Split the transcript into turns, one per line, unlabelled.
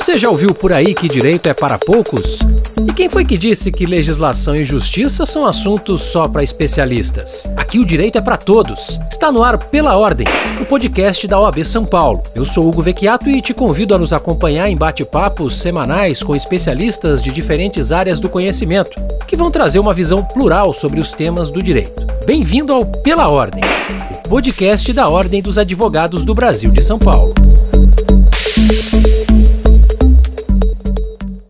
Você já ouviu por aí que direito é para poucos? E quem foi que disse que legislação e justiça são assuntos só para especialistas? Aqui o direito é para todos. Está no ar Pela Ordem, o podcast da OAB São Paulo. Eu sou Hugo Vecchiato e te convido a nos acompanhar em bate-papos semanais com especialistas de diferentes áreas do conhecimento, que vão trazer uma visão plural sobre os temas do direito. Bem-vindo ao Pela Ordem, o podcast da Ordem dos Advogados do Brasil de São Paulo.